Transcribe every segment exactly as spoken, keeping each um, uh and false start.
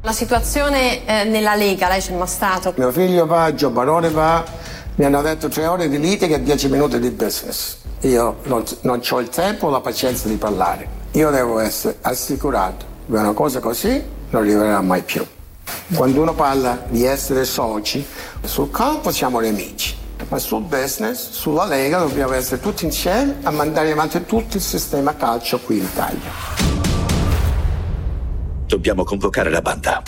La situazione eh, nella Lega, lei c'è mai stato? Mio figlio va, Gio Barone va, mi hanno detto tre ore di litica e dieci minuti di business. Io non, non ho il tempo o la pazienza di parlare. Io devo essere assicurato che una cosa così non arriverà mai più. Quando uno parla di essere soci, sul campo siamo nemici, ma sul business, sulla Lega dobbiamo essere tutti insieme a mandare avanti tutto il sistema calcio qui in Italia. Dobbiamo convocare la banda.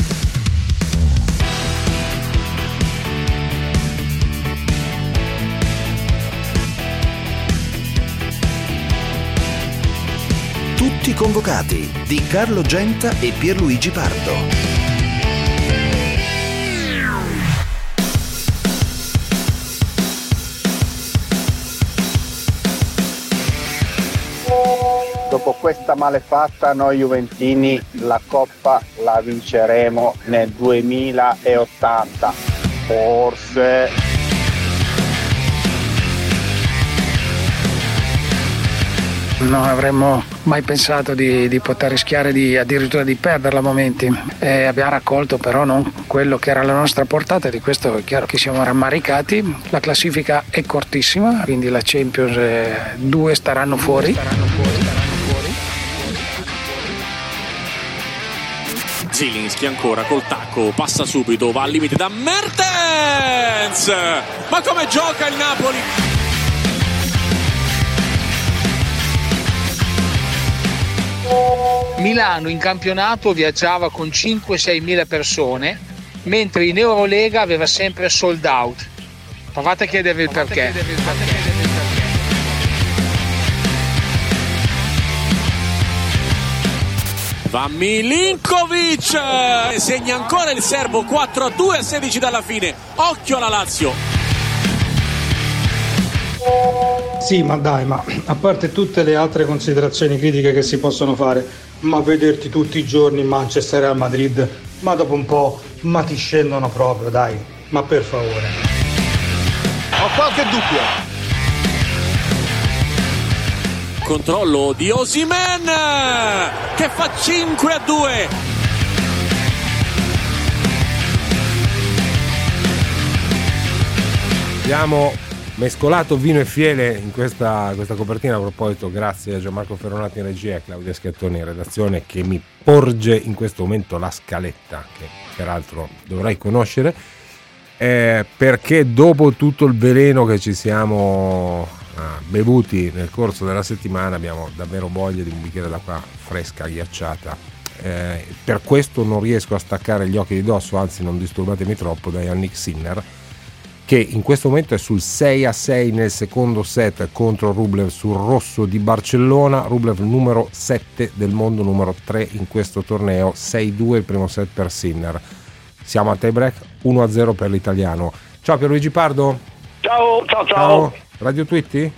Tutti convocati di Carlo Genta e Pierluigi Pardo. Dopo questa malefatta noi juventini la Coppa la vinceremo nel duemilaottanta, forse. Non avremmo mai pensato di, di poter rischiare di, addirittura di perderla a momenti. E abbiamo raccolto però non quello che era alla nostra portata, e di questo è chiaro che siamo rammaricati. La classifica è cortissima, quindi la Champions eh, due staranno fuori. Staranno fuori, staranno fuori. Zielinski ancora col tacco, passa subito, va al limite da Mertens! Ma come gioca il Napoli? Milano in campionato viaggiava con cinque sei mila persone, mentre in Eurolega aveva sempre sold out. Provate a chiedervi il perché. Va Milinkovic, segna ancora il serbo, quattro a due a sedici dalla fine. Occhio alla Lazio. Sì, ma dai, ma a parte tutte le altre considerazioni critiche che si possono fare, ma vederti tutti i giorni in Manchester e al Madrid, ma dopo un po', ma ti scendono proprio, dai, ma per favore. Ho qualche dubbio. Controllo di Osimhen che fa cinque a due. Abbiamo mescolato vino e fiele in questa, questa copertina. A proposito, grazie a Gianmarco Ferronati in regia e a Claudia Schiattoni in redazione, che mi porge in questo momento la scaletta, che peraltro dovrei conoscere, eh, perché dopo tutto il veleno che ci siamo Ah, bevuti nel corso della settimana abbiamo davvero voglia di un bicchiere d'acqua fresca, ghiacciata. Eh, per questo non riesco a staccare gli occhi di dosso, anzi non disturbatemi troppo, da Yannick Sinner, che in questo momento è sul sei a sei nel secondo set contro Rublev sul rosso di Barcellona. Rublev numero sette del mondo, numero tre in questo torneo, sei a due il primo set per Sinner. Siamo a tie break, uno a zero per l'italiano. Ciao Pierluigi Pardo. Ciao, ciao, ciao. Ciao. Radio Twitti?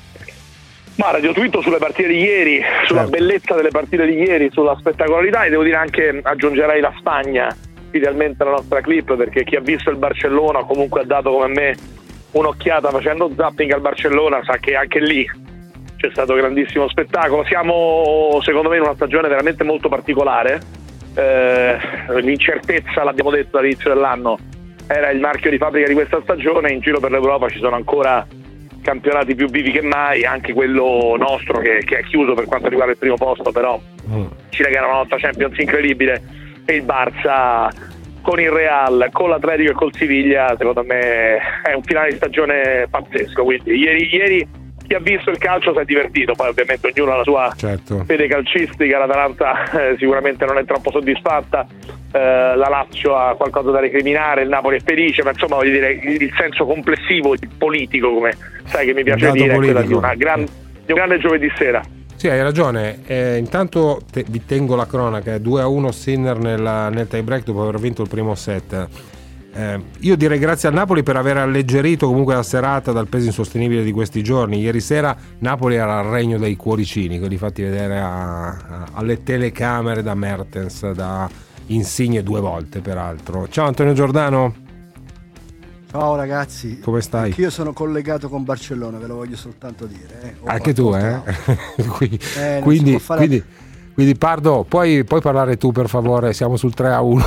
Ma radio twitto sulle partite di ieri, sulla certo. bellezza delle partite di ieri, sulla spettacolarità, e devo dire anche, aggiungerei la Spagna, idealmente la nostra clip, perché chi ha visto il Barcellona, comunque ha dato come me un'occhiata facendo zapping al Barcellona, sa che anche lì c'è stato grandissimo spettacolo. Siamo secondo me in una stagione veramente molto particolare, eh, l'incertezza, l'abbiamo detto dall'inizio dell'anno, era il marchio di fabbrica di questa stagione. In giro per l'Europa ci sono ancora campionati più vivi che mai, anche quello nostro che, che è chiuso per quanto riguarda il primo posto, però mm. ci regala una lotta Champions incredibile, e il Barça con il Real, con l'Atletico e col Siviglia, secondo me è un finale di stagione pazzesco. Quindi ieri, ieri chi ha visto il calcio si è divertito, poi ovviamente ognuno ha la sua certo. fede calcistica. L'Atalanta eh, sicuramente non è troppo soddisfatta, eh, la Lazio ha qualcosa da recriminare, il Napoli è felice, ma insomma voglio dire il, il senso complessivo, il politico, come sai che mi piace dire, è quello di, una gran, di un grande giovedì sera. Sì, hai ragione. Eh, intanto te, vi tengo la cronaca, due a uno Sinner nel, nel tie break dopo aver vinto il primo set. Eh, io direi grazie al Napoli per aver alleggerito comunque la serata dal peso insostenibile di questi giorni. Ieri sera Napoli era al regno dei cuoricini, quelli fatti vedere a, a, alle telecamere da Mertens, da Insigne due volte peraltro. Ciao Antonio Giordano. Ciao ragazzi, come stai? Io sono collegato con Barcellona, ve lo voglio soltanto dire. Eh. Anche tu, eh? quindi, eh quindi, fare... quindi, quindi Pardo, puoi, puoi parlare tu per favore? Siamo sul tre a uno.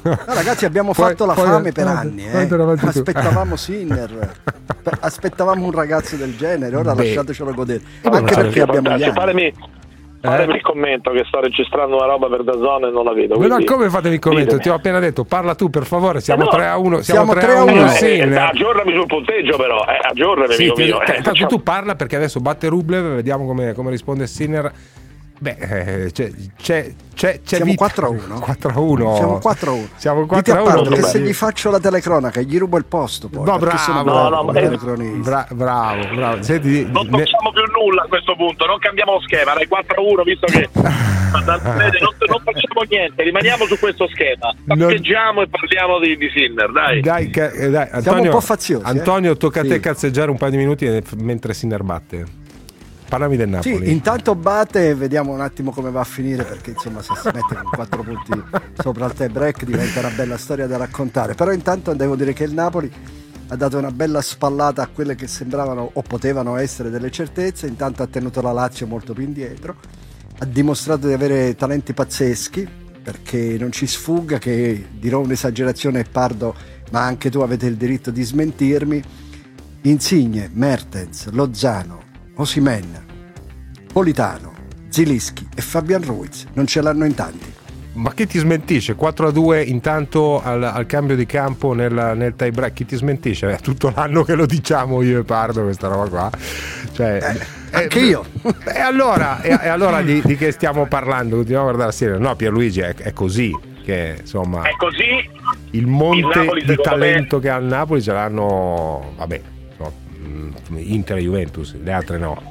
No, ragazzi, abbiamo Poi- fatto la poi- fame per poi- anni, poi eh. te la avanti tu. Aspettavamo Sinner, aspettavamo un ragazzo del genere, ora Beh. lasciatecelo godere. Eh, Anche ma perché è abbiamo gli fantastico. anni. Fatemi, fatemi il commento che sto registrando una roba per DAZN e non la vedo. Ma no, quindi- come fatevi il commento? ditemi. Ti ho appena detto, parla tu per favore, siamo Eh no. tre a uno, siamo, Siamo tre tre a a uno, uno. Eh, sì, eh, ne- aggiornami sul punteggio però, eh, aggiornami Sì, amico ti- mio. t- eh, tanto facciamo- tu parla perché adesso batte Rublev, vediamo come, come risponde Sinner. Beh, eh, c'è, c'è, c'è, c'è Siamo vita. quattro a uno. quattro a uno. Siamo quattro a uno. Siamo Dite quattro a a Pardo uno. che Beh. se gli faccio la telecronaca gli rubo il posto poi. No, perché sono bravo, No, no, bravo, eh, telecronista. Bra- bravo, bravo. Senti, Non ne- facciamo più nulla a questo punto, non cambiamo lo schema, dai quattro a uno visto che non, non facciamo niente, rimaniamo su questo schema, Non- tappeggiamo e parliamo di, di Sinner, dai. dai, che- eh, dai, Siamo Antonio, un po' faziosi, eh? Antonio, tocca a te Sì. cazzeggiare un paio di minuti eh, mentre Sinner batte. Parlami del Napoli. Sì, intanto batte e vediamo un attimo come va a finire, perché insomma se si mette con quattro punti sopra il tie break diventa una bella storia da raccontare. Però intanto devo dire che il Napoli ha dato una bella spallata a quelle che sembravano o potevano essere delle certezze. Intanto ha tenuto la Lazio molto più indietro, ha dimostrato di avere talenti pazzeschi, perché non ci sfugga che dirò un'esagerazione, Pardo, ma anche tu avete il diritto di smentirmi. Insigne, Mertens, Lozano, Osimhen, Politano, Zilischi e Fabian Ruiz non ce l'hanno in tanti. Ma chi ti smentisce? quattro a due intanto al, al cambio di campo nel, nel tie break. Chi ti smentisce? È tutto l'anno che lo diciamo io e Pardo questa roba qua. Cioè, Eh, anche io. E allora, e, e allora di, di che stiamo parlando? Continuiamo a guardare la serie. No, Pierluigi, è, è così che insomma È così, il monte il Napoli, di secondo talento che ha il Napoli ce l'hanno, vabbè, no, Inter e Juventus, le altre no.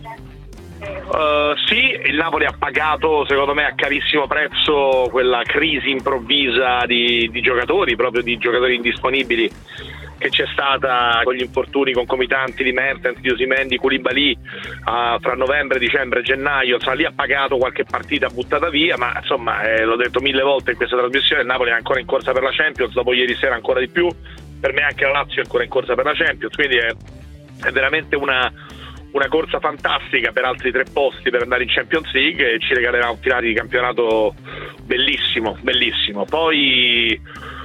Uh, sì, il Napoli ha pagato secondo me a carissimo prezzo quella crisi improvvisa di, di giocatori, proprio di giocatori indisponibili che c'è stata con gli infortuni concomitanti di Mertens, di Osimhen, di Koulibaly uh, fra novembre, dicembre e gennaio. Insomma, lì ha pagato qualche partita buttata via, ma insomma eh, l'ho detto mille volte in questa trasmissione, il Napoli è ancora in corsa per la Champions, dopo ieri sera ancora di più, per me anche la Lazio è ancora in corsa per la Champions, quindi è, è veramente una una corsa fantastica per altri tre posti per andare in Champions League e ci regalerà un finale di campionato bellissimo, bellissimo. Poi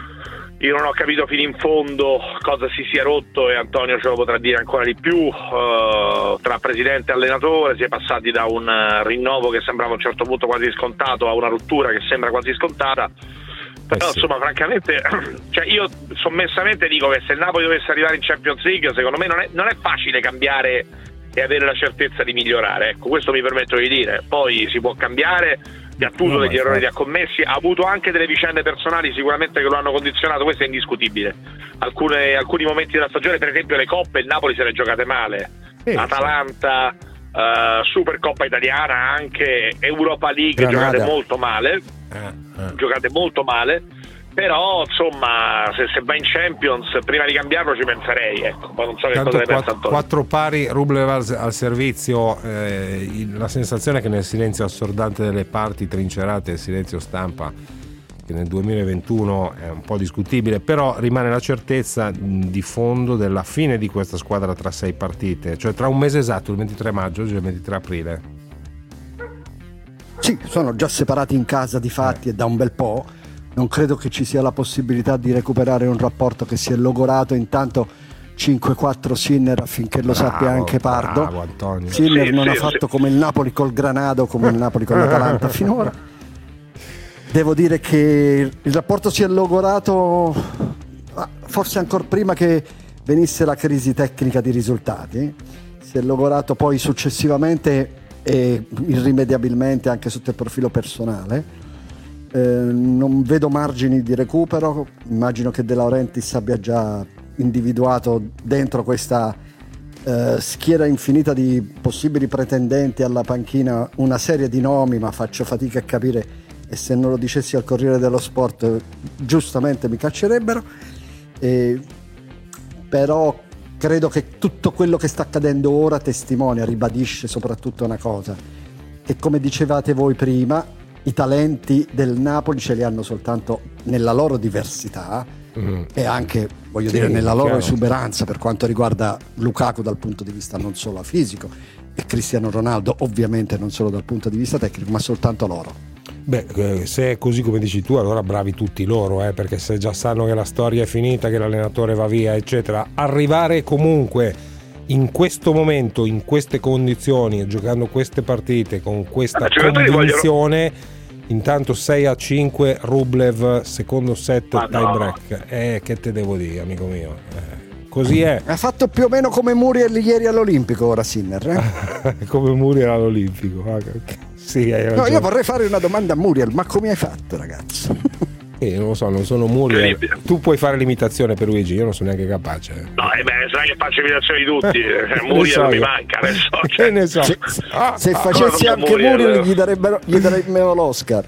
io non ho capito fino in fondo cosa si sia rotto e Antonio ce lo potrà dire ancora di più, uh, tra presidente e allenatore si è passati da un rinnovo che sembrava a un certo punto quasi scontato a una rottura che sembra quasi scontata. Però Eh sì. insomma francamente cioè io sommessamente dico che se il Napoli dovesse arrivare in Champions League secondo me non è, non è facile cambiare e avere la certezza di migliorare, ecco, questo mi permetto di dire. Poi si può cambiare, Gattuso No, degli ma errori li ha infatti. commessi, ha avuto anche delle vicende personali sicuramente che lo hanno condizionato, questo è indiscutibile. Alcune, alcuni momenti della stagione, per esempio le coppe, il Napoli se le è giocate male, Sì, Atalanta, uh, Supercoppa italiana anche, Europa League, Granada. giocate molto male, Eh, eh. giocate molto male. Però insomma se, se va in Champions prima di cambiarlo ci penserei, ecco. Ma non so che Tanto cosa ne pensa quattro, Antonio. quattro pari, Rublev al, al servizio, eh, il- la sensazione è che nel silenzio assordante delle parti trincerate, il silenzio stampa che nel duemilaventuno è un po' discutibile, però rimane la certezza mh, di fondo della fine di questa squadra tra sei partite, cioè tra un mese esatto, il ventitré maggio, oggi è il ventitré aprile. Sì, sono già separati in casa di fatti e da un bel po'. Non credo che ci sia la possibilità di recuperare un rapporto che si è logorato. Intanto cinque quattro Sinner affinché lo Bravo, sappia anche Pardo. bravo, Antonio. Sinner Sì, non sì, ha sì. fatto come il Napoli col Granado, come il Napoli con l'Atalanta finora. Devo dire che il rapporto si è logorato ah, forse ancora prima che venisse la crisi tecnica di risultati. Si è logorato poi successivamente e irrimediabilmente anche sotto il profilo personale. Eh, non vedo margini di recupero, immagino che De Laurentiis abbia già individuato dentro questa eh, schiera infinita di possibili pretendenti alla panchina una serie di nomi, ma faccio fatica a capire, e se non lo dicessi al Corriere dello Sport eh, giustamente mi caccerebbero. Eh, però credo che tutto quello che sta accadendo ora testimonia, ribadisce soprattutto una cosa, che come dicevate voi prima i talenti del Napoli ce li hanno soltanto nella loro diversità mm. e anche, voglio sì, dire, nella loro chiaro. esuberanza per quanto riguarda Lukaku dal punto di vista non solo fisico e Cristiano Ronaldo ovviamente non solo dal punto di vista tecnico, ma soltanto loro. Beh, eh, se è così come dici tu, allora bravi tutti loro, eh, perché se già sanno che la storia è finita, che l'allenatore va via, eccetera, arrivare comunque in questo momento, in queste condizioni, giocando queste partite con questa convinzione, vogliono... intanto sei a cinque Rublev, secondo set ah, tie break, no. eh, che te devo dire, amico mio? Eh. Così è. Ha fatto più o meno come Muriel ieri all'Olimpico, ora Sinner. Eh? Come Muriel all'Olimpico. Sì, hai ragione. No, io vorrei fare una domanda a Muriel, ma come hai fatto, ragazzo? Eh, non lo so, non sono Muriel. Tu puoi fare l'imitazione per Luigi, io non sono neanche capace. No, eh beh, sai che faccio imitazioni di tutti. Eh, Muriel so mi io. manca, ne so. Cioè. Ne so. Se, ah, se facessi anche Muriel, Muriel gli darebbero gli daremmo l'Oscar.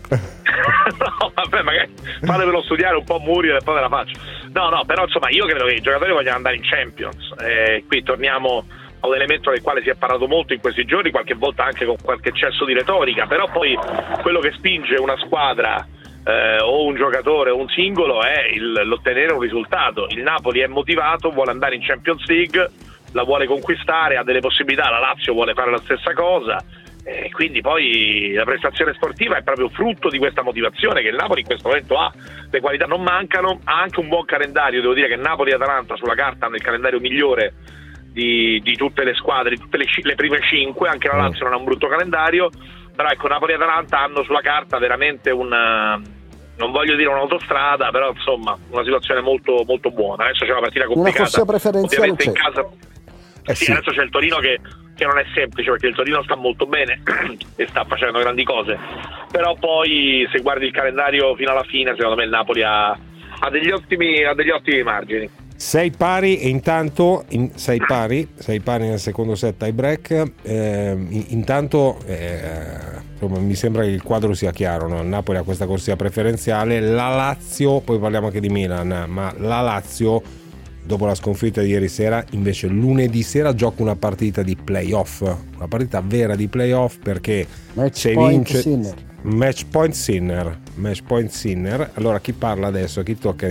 No, vabbè, magari fatemelo studiare un po' Muriel e poi ve la faccio. No, no, però insomma io credo che i giocatori vogliano andare in Champions. Eh, qui torniamo a un elemento del quale si è parlato molto in questi giorni, qualche volta anche con qualche eccesso di retorica, però poi quello che spinge una squadra eh, o un giocatore o un singolo è il, l'ottenere un risultato. Il Napoli è motivato, vuole andare in Champions League, la vuole conquistare, ha delle possibilità, la Lazio vuole fare la stessa cosa. E quindi poi la prestazione sportiva è proprio frutto di questa motivazione che il Napoli in questo momento ha, le qualità non mancano, ha anche un buon calendario, devo dire che Napoli e Atalanta sulla carta hanno il calendario migliore di, di tutte le squadre, di tutte le, le prime cinque, anche la Lazio non ha un brutto calendario, però ecco Napoli e Atalanta hanno sulla carta veramente una, non voglio dire un'autostrada, però insomma una situazione molto, molto buona. Adesso c'è una partita complicata, una corsia preferenziale ovviamente in casa. Eh sì, sì, adesso c'è il Torino che, che non è semplice, perché il Torino sta molto bene e sta facendo grandi cose, però poi se guardi il calendario fino alla fine secondo me il Napoli ha, ha degli ottimi ha degli ottimi margini. Sei pari e intanto in, sei pari sei pari nel secondo set tie break, eh, intanto eh, insomma, mi sembra che il quadro sia chiaro, no? Il Napoli ha questa corsia preferenziale, la Lazio, poi parliamo anche di Milan, ma la Lazio dopo la sconfitta di ieri sera invece lunedì sera gioca una partita di playoff, una partita vera di playoff, perché match se point vince Sinner. match point Sinner match point Sinner. Allora chi parla adesso? Chi tocca?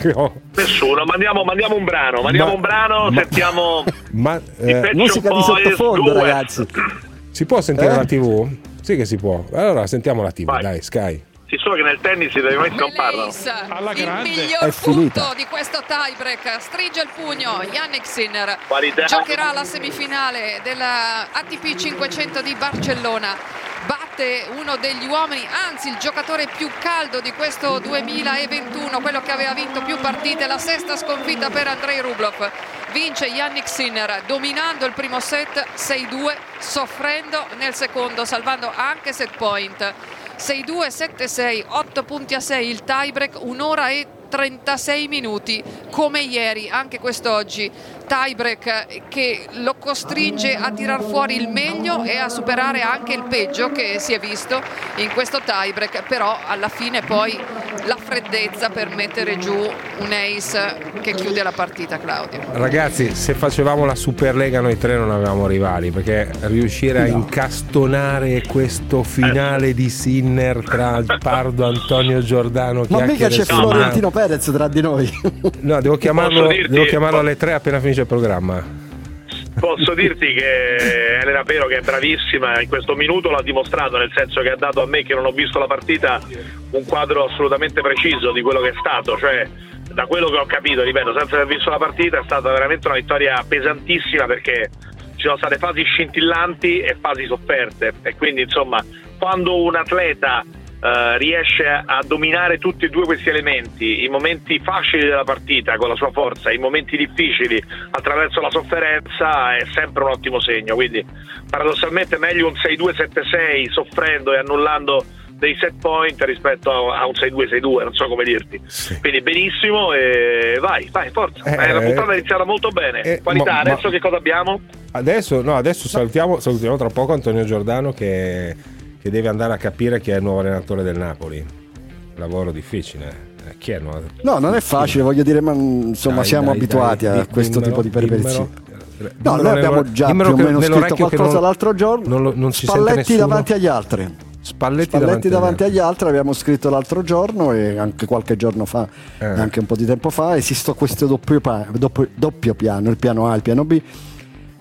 Nessuno, mandiamo, mandiamo un brano mandiamo ma, un brano ma, sentiamo ma, eh, musica di sottofondo, due. Ragazzi, si può sentire eh? la tivù? Sì che si può, allora sentiamo la tivù. Vai. Dai, Sky. Sì, solo che nel tennis i dei non parlano. Alla grande. Il miglior punto di questo tiebreak, stringe il pugno Jannik Sinner, Qualità. Giocherà la semifinale della A T P cinquecento di Barcellona, batte uno degli uomini, anzi il giocatore più caldo di questo duemilaventuno, quello che aveva vinto più partite, la sesta sconfitta per Andrei Rublev. Vince Jannik Sinner dominando il primo set sei due, soffrendo nel secondo, salvando anche set point. sei due, sette sei, otto punti a sei il tiebreak, un'ora e trentasei minuti come ieri, anche quest'oggi tiebreak che lo costringe a tirar fuori il meglio e a superare anche il peggio che si è visto in questo tiebreak, però alla fine poi la freddezza per mettere giù un ace che chiude la partita. Claudio, ragazzi, se facevamo la Superlega noi tre non avevamo rivali, perché riuscire no. a incastonare questo finale di Sinner tra Pardo, Antonio Giordano, ma mica c'è Florentino Perez tra di noi. No, devo chiamarlo, dirti, devo chiamarlo alle tre appena finisce il programma. Posso dirti che Elena Pero, che è bravissima in questo minuto, l'ha dimostrato, nel senso che ha dato a me, che non ho visto la partita, un quadro assolutamente preciso di quello che è stato, cioè da quello che ho capito, ripeto, senza aver visto la partita, è stata veramente una vittoria pesantissima, perché ci sono state fasi scintillanti e fasi sofferte, e quindi insomma quando un atleta Uh, riesce a dominare tutti e due questi elementi, i momenti facili della partita con la sua forza, i momenti difficili attraverso la sofferenza, è sempre un ottimo segno. Quindi paradossalmente meglio un sei due sette sei soffrendo e annullando dei set point rispetto a, a un sei due sei due, non so come dirti. Sì. Quindi benissimo, e vai, vai, forza. Eh, eh, la puntata è iniziata molto bene. Eh, Qualità, ma, adesso ma... che cosa abbiamo? Adesso, no, adesso salutiamo, salutiamo tra poco Antonio Giordano che che deve andare a capire chi è il nuovo allenatore del Napoli. Lavoro difficile. Eh, chi è il nuovo? No, non è facile, voglio dire, ma insomma dai, siamo dai, abituati dai, a questo dimmelo, tipo di perversioni. No, noi abbiamo già più o meno scritto qualcosa non, l'altro giorno. Non, lo, non ci Spalletti davanti agli altri. Spalletti, Spalletti davanti, davanti agli altri. altri abbiamo scritto l'altro giorno e anche qualche giorno fa, eh. anche un po' di tempo fa. Esiste questo doppio, doppio, doppio piano, il piano A e il piano B.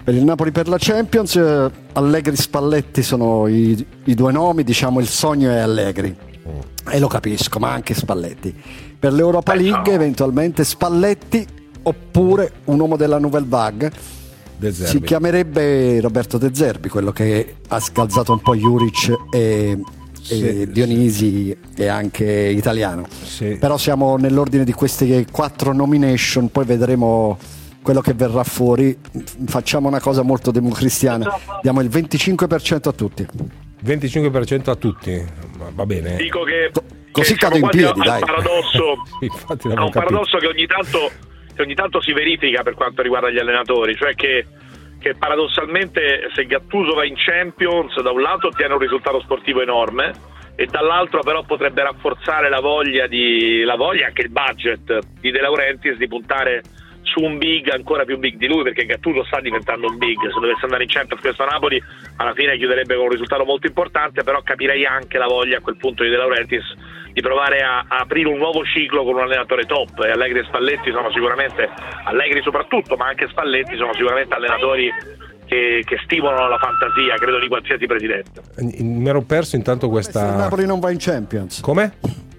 Per il Napoli per la Champions, eh, Allegri Spalletti sono i, i due nomi, diciamo il sogno è Allegri e lo capisco, ma anche Spalletti. Per l'Europa League eventualmente Spalletti oppure un uomo della Nouvelle Vague, si chiamerebbe Roberto De Zerbi, quello che ha scalzato un po' Juric e, sì, e Dionisi sì. E anche Italiano, sì. Però siamo nell'ordine di queste quattro nomination, poi vedremo quello che verrà fuori. Facciamo una cosa molto democristiana, diamo il venticinque per cento a tutti. venticinque per cento a tutti, va bene. Dico che, Co- così che cado in piedi, al dai. Paradosso, Infatti è un paradosso che ogni tanto che ogni tanto si verifica per quanto riguarda gli allenatori, cioè che, che paradossalmente se Gattuso va in Champions da un lato ottiene un risultato sportivo enorme e dall'altro però potrebbe rafforzare la voglia di la voglia anche il budget di De Laurentiis di puntare su un big ancora più big di lui, perché Gattuso sta diventando un big. Se dovesse andare in Champions questo Napoli alla fine chiuderebbe con un risultato molto importante, però capirei anche la voglia a quel punto di De Laurentiis di provare a, a aprire un nuovo ciclo con un allenatore top, e Allegri e Spalletti sono sicuramente, Allegri soprattutto, ma anche Spalletti sono sicuramente allenatori che, che stimolano la fantasia, credo, di qualsiasi presidente. Mi ero perso intanto questa... Se il Napoli non va in Champions. Come?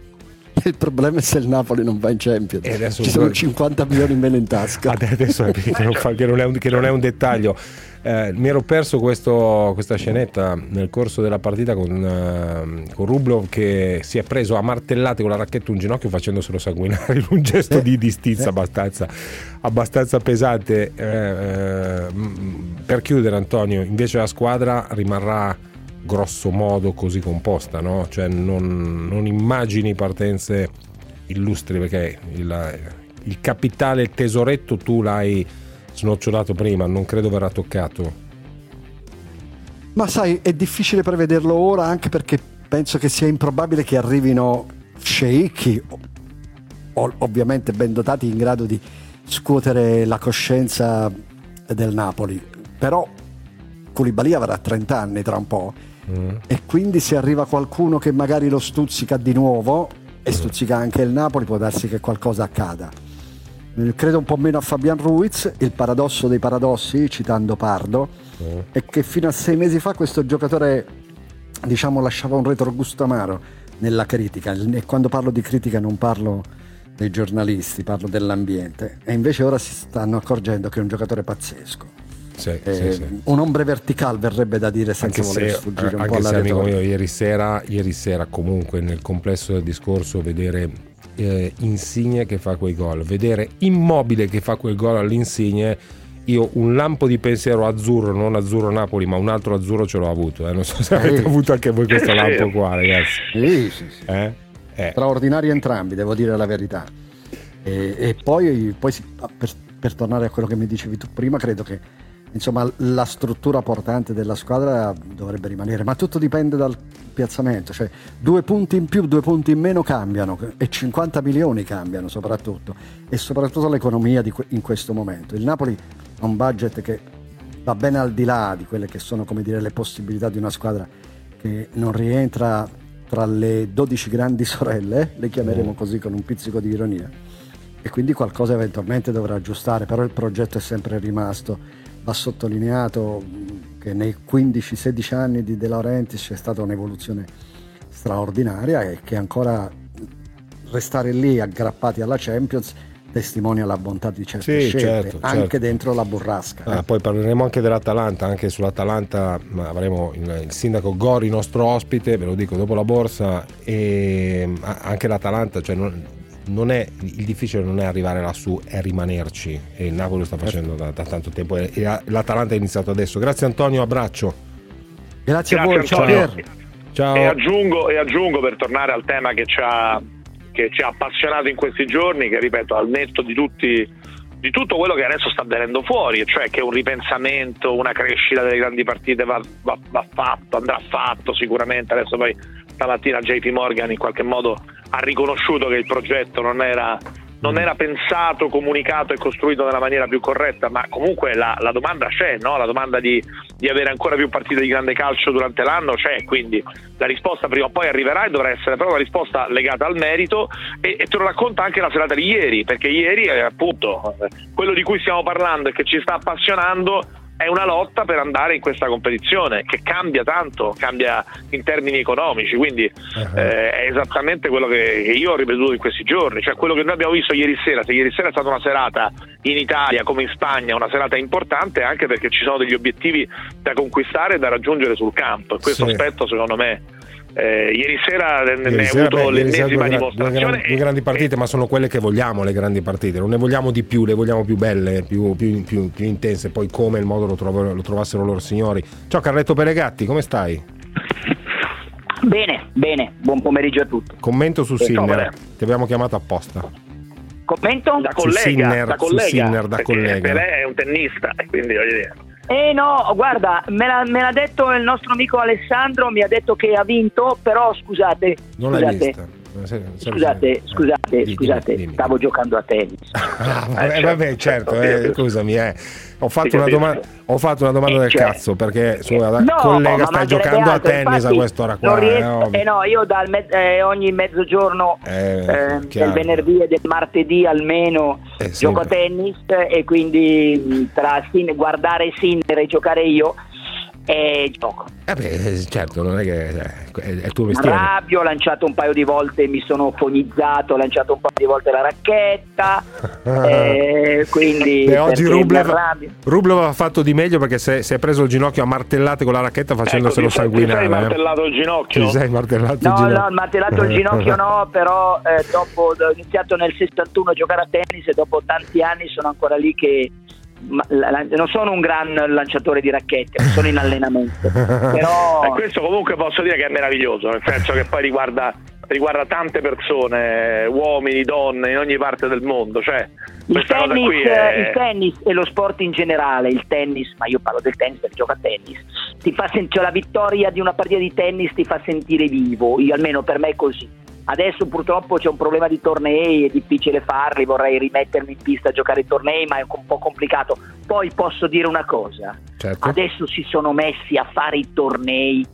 Il problema è se il Napoli non va in Champions, e adesso ci sono cinquanta milioni in meno in tasca. Adesso che non, fa, che non, è, un, che non è un dettaglio. Eh, mi ero perso questo, questa scenetta nel corso della partita con, uh, con Rublov che si è preso a martellate con la racchetta un ginocchio facendoselo sanguinare in un gesto eh, di, di stizza eh. abbastanza, abbastanza pesante. Eh, eh, per chiudere, Antonio, invece la squadra rimarrà grosso modo così composta, no? Cioè non, non immagini partenze illustri, perché il, il capitale, il tesoretto tu l'hai snocciolato prima, non credo verrà toccato. Ma sai, è difficile prevederlo ora, anche perché penso che sia improbabile che arrivino sceicchi, ovviamente ben dotati, in grado di scuotere la coscienza del Napoli. Però Koulibaly avrà trenta anni tra un po'. Mm. E quindi se arriva qualcuno che magari lo stuzzica di nuovo e stuzzica anche il Napoli, può darsi che qualcosa accada. Credo un po' meno a Fabian Ruiz. Il paradosso dei paradossi, citando Pardo, mm. è che fino a sei mesi fa questo giocatore, diciamo, lasciava un retrogusto amaro nella critica, e quando parlo di critica non parlo dei giornalisti, parlo dell'ambiente, e invece ora si stanno accorgendo che è un giocatore pazzesco. Sì, eh, sì, sì. Un ombre vertical verrebbe da dire, senza anche voler se, sfuggire un anche po' alla se, amico retorica. mio, ieri sera, ieri sera comunque nel complesso del discorso, vedere eh, Insigne che fa quei gol, vedere Immobile che fa quel gol all'Insigne, io un lampo di pensiero azzurro, non azzurro Napoli ma un altro azzurro ce l'ho avuto, eh. Non so se avete avuto anche voi questo lampo qua, ragazzi. Sì, sì, sì. Eh? Eh. Straordinari entrambi, devo dire la verità. E, e poi, poi per, per tornare a quello che mi dicevi tu prima, credo che insomma la struttura portante della squadra dovrebbe rimanere, ma tutto dipende dal piazzamento, cioè due punti in più, due punti in meno cambiano, e cinquanta milioni cambiano soprattutto, e soprattutto l'economia di que- in questo momento. Il Napoli ha un budget che va ben al di là di quelle che sono, come dire, le possibilità di una squadra che non rientra tra le dodici grandi sorelle, le chiameremo così con un pizzico di ironia, e quindi qualcosa eventualmente dovrà aggiustare, però il progetto è sempre rimasto. Va sottolineato che nei quindici sedici anni di De Laurentiis c'è stata un'evoluzione straordinaria, e che ancora restare lì aggrappati alla Champions testimonia la bontà di certe sì, scelte, certo, anche certo. dentro la burrasca. Ah, eh. Poi parleremo anche dell'Atalanta, anche sull'Atalanta avremo il, il sindaco Gori, nostro ospite, ve lo dico dopo la borsa, e anche l'Atalanta, cioè non, non è il difficile, non è arrivare lassù, è rimanerci, e il Napoli lo sta facendo da, da tanto tempo, e l'Atalanta è iniziato adesso. Grazie Antonio, abbraccio. Grazie, Grazie a voi, ciao Pier. Ciao. E aggiungo, e aggiungo per tornare al tema che ci ha che ci ha appassionato in questi giorni, che ripeto, al netto di tutti di tutto quello che adesso sta venendo fuori, cioè che un ripensamento, una crescita delle grandi partite va, va, va fatto, andrà fatto sicuramente. Adesso poi stamattina J P Morgan in qualche modo ha riconosciuto che il progetto non era non era pensato, comunicato e costruito nella maniera più corretta, ma comunque la, la domanda c'è, no? La domanda di, di avere ancora più partite di grande calcio durante l'anno c'è, quindi la risposta prima o poi arriverà, e dovrà essere però una risposta legata al merito, e, e te lo racconta anche la serata di ieri, perché ieri eh, appunto quello di cui stiamo parlando e che ci sta appassionando è una lotta per andare in questa competizione che cambia tanto, cambia in termini economici, quindi uh-huh. eh, è esattamente quello che, che io ho ripetuto in questi giorni, cioè quello che noi abbiamo visto ieri sera. Se ieri sera è stata una serata in Italia come in Spagna, una serata importante anche perché ci sono degli obiettivi da conquistare e da raggiungere sul campo, e questo sì. aspetto secondo me Eh, ieri sera ne, ieri ne sera, ho avuto beh, l'ennesima due, dimostrazione. due, grandi, due grandi partite, e, ma sono quelle che vogliamo, le grandi partite. Non ne vogliamo di più, le vogliamo più belle, più, più, più, più intense. Poi come il modo lo, trovo, lo trovassero loro signori. Ciao Carletto Pelegatti, come stai? Bene, bene, buon pomeriggio a tutti. Commento su eh, Sinner, ti abbiamo chiamato apposta. Commento? Da collega, su Sinner, da collega, su Sinner, da collega. Pelé è un tennista, quindi voglio dire. Eh no, guarda, me l'ha, me l'ha detto il nostro amico Alessandro, mi ha detto che ha vinto, però scusate, non scusate, l'hai vista. Scusate, scusate, eh, scusate, dimmi, stavo dimmi. giocando a tennis. Ah, vabbè, vabbè, certo, eh, scusami, eh. ho, fatto una doma- ho fatto una domanda eh, del cioè, cazzo perché su, no, collega stai giocando altro, a tennis a quest'ora qua. Riesco, eh, no, io dal me- eh, ogni mezzogiorno eh, eh, del venerdì e del martedì almeno eh, gioco a tennis, e quindi tra sin- guardare Sinner e giocare io e gioco. Eh beh, certo, non è che è il tuo mestiere. Arrabbio, ho lanciato un paio di volte, mi sono fonizzato, ho lanciato un paio di volte la racchetta, eh, quindi beh, oggi Rublev, Rublev ha fatto di meglio perché si è preso il ginocchio a martellate con la racchetta facendoselo ecco, sanguinare. Ti sei martellato il ginocchio? Ti sei martellato no, il ginocchio? No, martellato il ginocchio no, però eh, dopo ho iniziato nel sessantuno a giocare a tennis e dopo tanti anni sono ancora lì che Ma, la, non sono un gran lanciatore di racchette, sono in allenamento. Però e questo comunque posso dire che è meraviglioso, nel senso che poi riguarda riguarda tante persone, uomini, donne in ogni parte del mondo, cioè il tennis, qui è... il tennis e lo sport in generale, il tennis, ma io parlo del tennis perché gioco a tennis, ti fa sentire, cioè la vittoria di una partita di tennis ti fa sentire vivo, io, almeno per me è così. Adesso purtroppo c'è un problema di tornei, è difficile farli, vorrei rimettermi in pista a giocare i tornei, ma è un po' complicato. Poi posso dire una cosa, certo. Adesso si sono messi a fare i tornei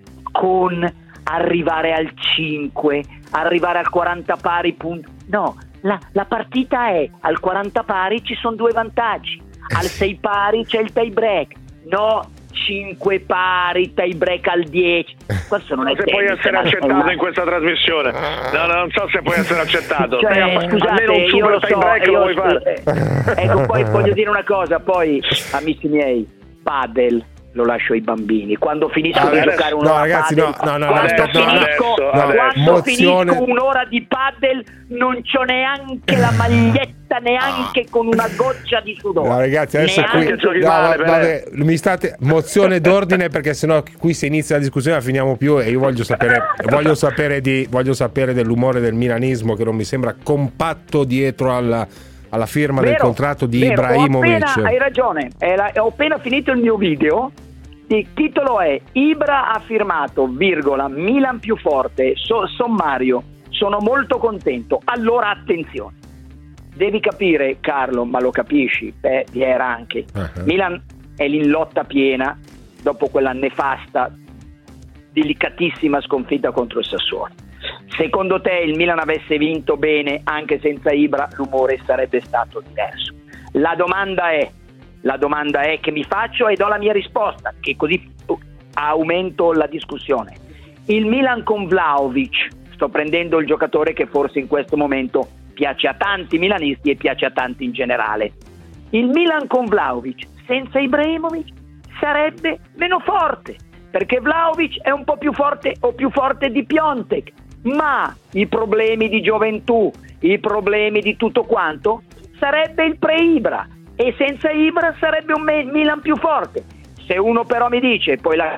con arrivare al cinque, arrivare al quaranta pari punti. No, la, la partita è al quaranta pari ci sono due vantaggi, al sei pari c'è il tie break. No, cinque pari, tie break al dieci. Questo non, non è se puoi essere accettato in questa trasmissione. No, no, non so se puoi essere accettato. Cioè, eh, scusate, almeno un super io lo tie so, break io lo vuoi fare. Eh, ecco, poi voglio dire una cosa, poi amici miei, padel lo lascio ai bambini. Quando finisco ah, di adesso, giocare un'ora no, ragazzi, padel, no, no, no, quando aspetta, finisco, adesso, quando adesso. Mozione... finisco un'ora di padel non c'ho neanche la maglietta, neanche con una goccia di sudore. No, ragazzi, adesso qui no, male, vabbè, mi state mozione d'ordine perché sennò qui se inizia la discussione la finiamo più e io voglio sapere voglio sapere di voglio sapere dell'umore del milanismo che non mi sembra compatto dietro alla alla firma vero, del contratto di vero, Ibrahimovic. Appena, hai ragione, la, ho appena finito il mio video. Il titolo è Ibra ha firmato, virgola, Milan più forte, so, sommario, sono molto contento. Allora attenzione, devi capire Carlo, ma lo capisci, beh, era anche uh-huh. Milan è in lotta piena dopo quella nefasta, delicatissima sconfitta contro il Sassuolo. Secondo te il Milan avesse vinto bene anche senza Ibra, l'umore sarebbe stato diverso? La domanda è La domanda è che mi faccio e do la mia risposta, che così aumento la discussione. Il Milan con Vlahovic, sto prendendo il giocatore che forse in questo momento piace a tanti milanisti e piace a tanti in generale. Il Milan con Vlahovic senza Ibrahimovic sarebbe meno forte, perché Vlahovic è un po' più forte o più forte di Piontek, ma i problemi di gioventù, i problemi di tutto quanto, sarebbe il pre-Ibra. E senza Ibra sarebbe un Milan più forte. Se uno però mi dice poi la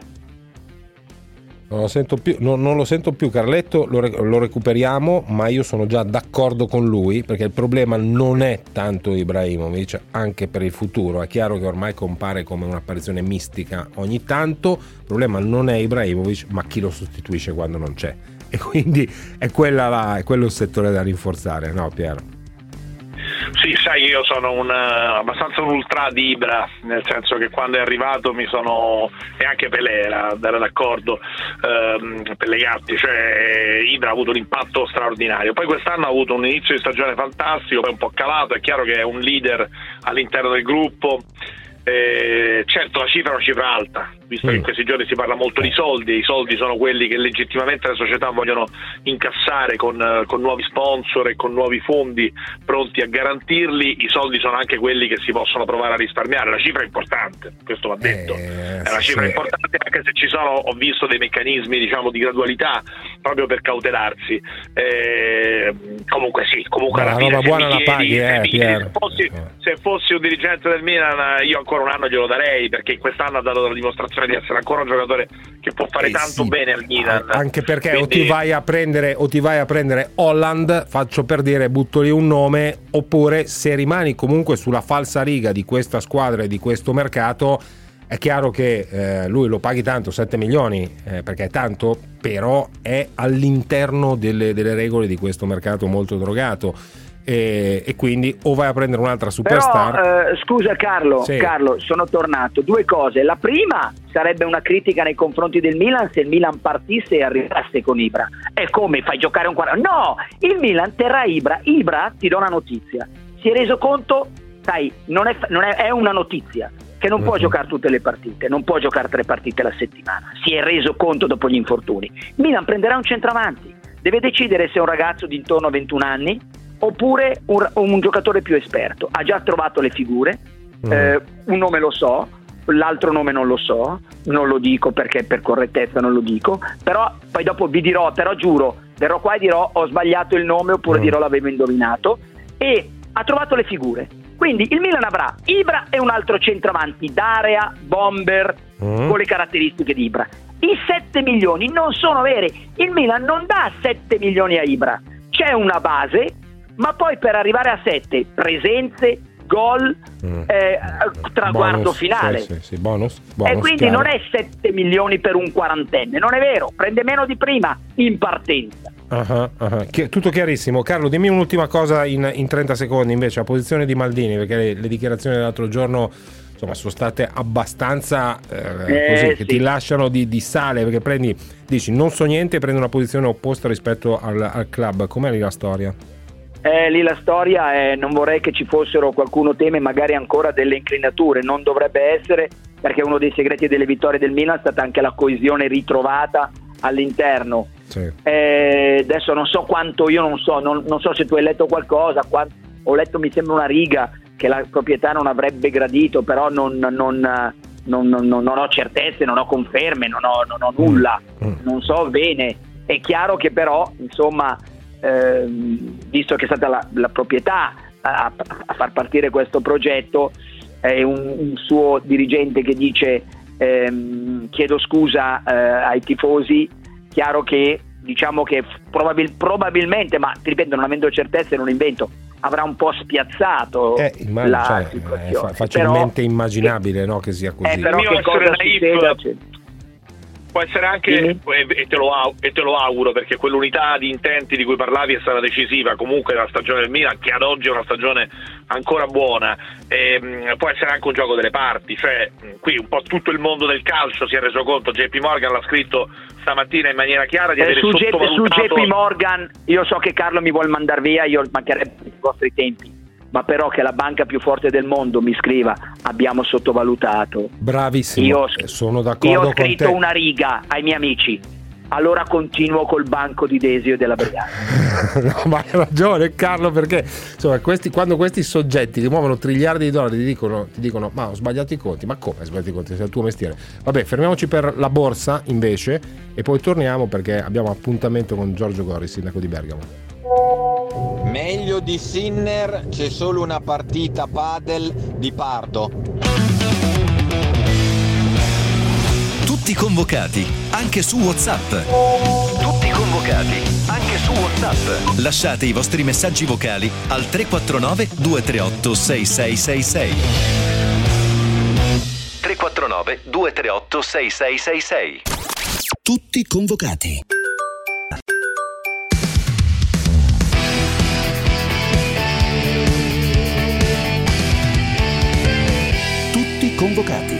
non lo sento più, no, non lo sento più Carletto, lo, lo recuperiamo, ma io sono già d'accordo con lui perché il problema non è tanto Ibrahimovic, anche per il futuro. È chiaro che ormai compare come un'apparizione mistica ogni tanto, il problema non è Ibrahimovic ma chi lo sostituisce quando non c'è, e quindi è, quella la, è quello il settore da rinforzare, no Piero? Sì, sai, io sono un uh, abbastanza un ultra di Ibra, nel senso che quando è arrivato mi sono, e anche Pelé era, era d'accordo, uh, Pellegatti, cioè Ibra ha avuto un impatto straordinario. Poi quest'anno ha avuto un inizio di stagione fantastico, poi un po' calato, è chiaro che è un leader all'interno del gruppo. Eh, certo la cifra è una cifra alta, visto mm. che in questi giorni si parla molto di soldi, e i soldi sono quelli che legittimamente le società vogliono incassare con, con nuovi sponsor e con nuovi fondi pronti a garantirli. I soldi sono anche quelli che si possono provare a risparmiare. La cifra è importante, questo va detto, eh, è una sì, cifra sì. importante, anche se ci sono, ho visto dei meccanismi diciamo di gradualità proprio per cautelarsi. Eh, comunque sì, comunque ma alla la fine roba buona mi la chiedi, paghi, se, eh, mi chiedi Pier. se, fossi, se fossi un dirigente del Milan io ancora un anno glielo darei, perché quest'anno ha dato la dimostrazione di essere ancora un giocatore che può fare Eh tanto sì, bene al Milan, anche perché quindi... o ti vai a prendere o ti vai a prendere Holland, faccio per dire, butto lì un nome, oppure se rimani comunque sulla falsa riga di questa squadra e di questo mercato, è chiaro che eh, lui lo paghi tanto, sette milioni, eh, perché è tanto, però è all'interno delle, delle regole di questo mercato molto drogato. E, e quindi o vai a prendere un'altra superstar. Però eh, scusa Carlo, sì. Carlo, sono tornato. Due cose. La prima sarebbe una critica nei confronti del Milan se il Milan partisse e arrivasse con Ibra. È come fai giocare un quaranta? No, il Milan terrà Ibra. Ibra, ti do una notizia. Si è reso conto, sai, non è, non è, è una notizia che non uh-huh. può giocare tutte le partite, non può giocare tre partite alla settimana. Si è reso conto dopo gli infortuni. Milan prenderà un centravanti. Deve decidere se è un ragazzo di intorno a ventuno anni oppure un, un giocatore più esperto. Ha già trovato le figure, mm. eh, un nome lo so, l'altro nome non lo so, non lo dico perché per correttezza non lo dico, però poi dopo vi dirò, però giuro, verrò qua e dirò ho sbagliato il nome oppure mm. dirò l'avevo indovinato, e ha trovato le figure. Quindi il Milan avrà Ibra e un altro centravanti d'area, bomber, mm. con le caratteristiche di Ibra. I sette milioni non sono veri, il Milan non dà sette milioni a Ibra, c'è una base, ma poi per arrivare a sette presenze, gol, mm. eh, traguardo bonus, chiaro. Sì, sì, sì, bonus, bonus, e quindi chiaro. non è sette milioni per un quarantenne, non è vero, prende meno di prima in partenza. Uh-huh, uh-huh. Chi- tutto chiarissimo. Carlo, dimmi un'ultima cosa in, in trenta secondi invece, la posizione di Maldini, perché le, le dichiarazioni dell'altro giorno insomma sono state abbastanza eh, Eh, così, sì. che ti lasciano di, di sale, perché prendi, dici non so niente e prendi una posizione opposta rispetto al, al club. Com'è lì la storia? Eh, lì la storia è, non vorrei che ci fossero, qualcuno teme magari ancora delle inclinature, non dovrebbe essere, perché uno dei segreti delle vittorie del Milan è stata anche la coesione ritrovata all'interno. Sì. Eh, adesso non so quanto, io non so, non, non so se tu hai letto qualcosa, quanto, ho letto mi sembra una riga che la proprietà non avrebbe gradito, però non, non, non, non, non, non ho certezze, non ho conferme, non ho, non ho nulla, mm. non so bene. È chiaro che però, insomma, ehm, visto che è stata la, la proprietà a, a far partire questo progetto, è un, un suo dirigente che dice ehm, chiedo scusa eh, ai tifosi, chiaro che diciamo che probabil, probabilmente, ma ti ripeto non avendo certezze non invento, avrà un po' spiazzato eh, immagino, la cioè, situazione. è fa- facilmente però, immaginabile che, no, che sia così. Eh, però Io che essere cosa naif, succeda? Cioè, può essere anche, e te, lo, au- e te lo auguro, perché quell'unità di intenti di cui parlavi è stata decisiva. Comunque la stagione del Milan, che ad oggi è una stagione ancora buona, ehm, può essere anche un gioco delle parti, cioè qui un po' tutto il mondo del calcio si è reso conto, J P Morgan l'ha scritto stamattina in maniera chiara, di eh, avere su, J- sottovalutato... su J P Morgan io so che Carlo mi vuol mandare via, io mancherebbe i vostri tempi, ma però che la banca più forte del mondo mi scriva abbiamo sottovalutato. Bravissimo, io, sono d'accordo io ho con scritto te. una riga ai miei amici, allora continuo col banco di Desio e della Brigata. No, ma hai ragione Carlo, perché insomma questi, quando questi soggetti che muovono triliardi di dollari ti dicono, ti dicono ma ho sbagliato i conti, ma come hai sbagliato i conti, sei il tuo mestiere. Vabbè, fermiamoci per la borsa invece e poi torniamo perché abbiamo appuntamento con Giorgio Gori, sindaco di Bergamo. Meglio di Sinner c'è solo una partita padel di Pardo. Tutti convocati, anche su WhatsApp. Tutti convocati, anche su WhatsApp. Lasciate i vostri messaggi vocali al tre quattro nove due tre otto sei sei sei sei. tre quattro nove due tre otto sei sei sei sei. Tutti convocati. Tutti convocati.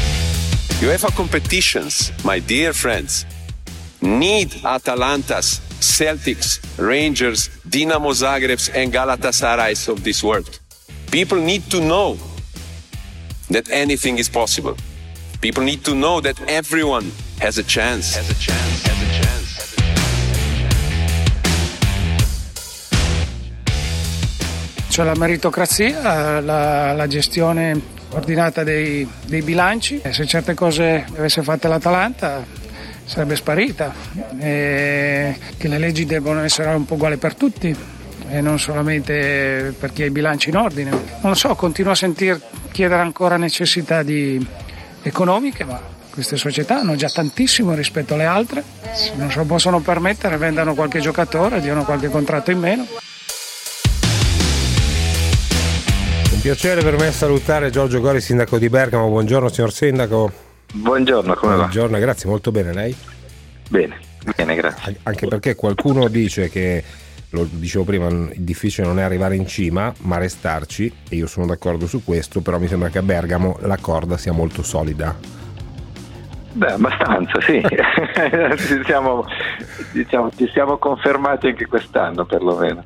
UEFA competitions, my dear friends, need Atalanta's Celtics, Rangers, Dinamo Zagrebs and Galatasarays of this world. People need to know that anything is possible. People need to know that everyone has a chance. Has a chance. Has a chance. C'è la meritocrazia, la, la gestione ordinata dei, dei bilanci. Se certe cose avesse fatte l'Atalanta sarebbe sparita. E che le leggi devono essere un po' uguali per tutti e non solamente per chi ha i bilanci in ordine. Non lo so, continuo a sentir chiedere ancora necessità di economiche, ma queste società hanno già tantissimo rispetto alle altre. Se non se lo possono permettere, vendano qualche giocatore, diano qualche contratto in meno. Un piacere per me salutare Giorgio Gori, sindaco di Bergamo. Buongiorno signor sindaco. Buongiorno, come va? Buongiorno, grazie, molto bene, lei? Bene, bene, grazie. Anche perché qualcuno dice che, lo dicevo prima, il difficile non è arrivare in cima ma restarci, e io sono d'accordo su questo, però mi sembra che a Bergamo la corda sia molto solida. Beh, abbastanza, sì. ci, siamo, diciamo, ci siamo confermati anche quest'anno perlomeno.